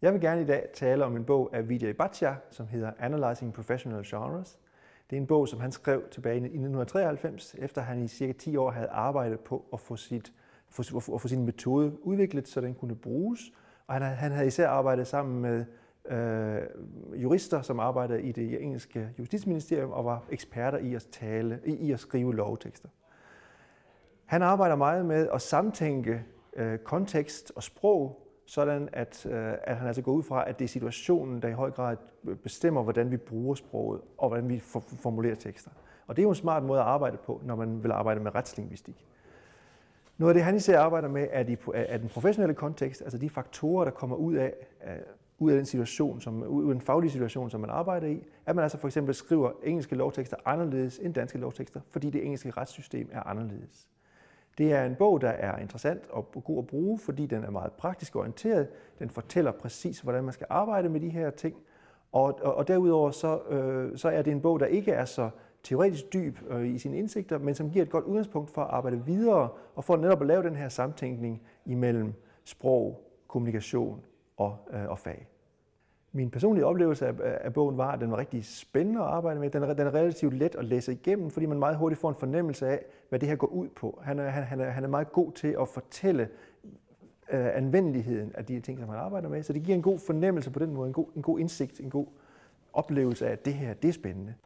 Jeg vil gerne i dag tale om en bog af Vijay Bhatia, som hedder Analyzing Professional Genres. Det er en bog, som han skrev tilbage i 1993, efter han i cirka 10 år havde arbejdet på at få sin metode udviklet, så den kunne bruges. Og han havde især arbejdet sammen med jurister, som arbejdede i det engelske justitsministerium og var eksperter i at skrive lovtekster. Han arbejder meget med at samtænke kontekst og sprog, sådan at han altså går ud fra, at det er situationen, der i høj grad bestemmer, hvordan vi bruger sproget og hvordan vi formulerer tekster. Og det er jo en smart måde at arbejde på, når man vil arbejde med retslingvistik. Noget af det, han især arbejder med, er den professionelle kontekst, altså de faktorer, der kommer ud af den situation, ud af den faglige situation, som man arbejder i, at man altså for eksempel skriver engelske lovtekster anderledes end danske lovtekster, fordi det engelske retssystem er anderledes. Det er en bog, der er interessant og god at bruge, fordi den er meget praktisk orienteret. Den fortæller præcis, hvordan man skal arbejde med de her ting. Og derudover så er det en bog, der ikke er så teoretisk dyb i sine indsigter, men som giver et godt udgangspunkt for at arbejde videre og for netop at lave den her samtænkning imellem sprog, kommunikation og fag. Min personlige oplevelse af bogen var, at den var rigtig spændende at arbejde med. Den er relativt let at læse igennem, fordi man meget hurtigt får en fornemmelse af, hvad det her går ud på. Han er meget god til at fortælle anvendeligheden af de ting, som han arbejder med. Så det giver en god fornemmelse på den måde, en god indsigt, en god oplevelse af, at det her det er spændende.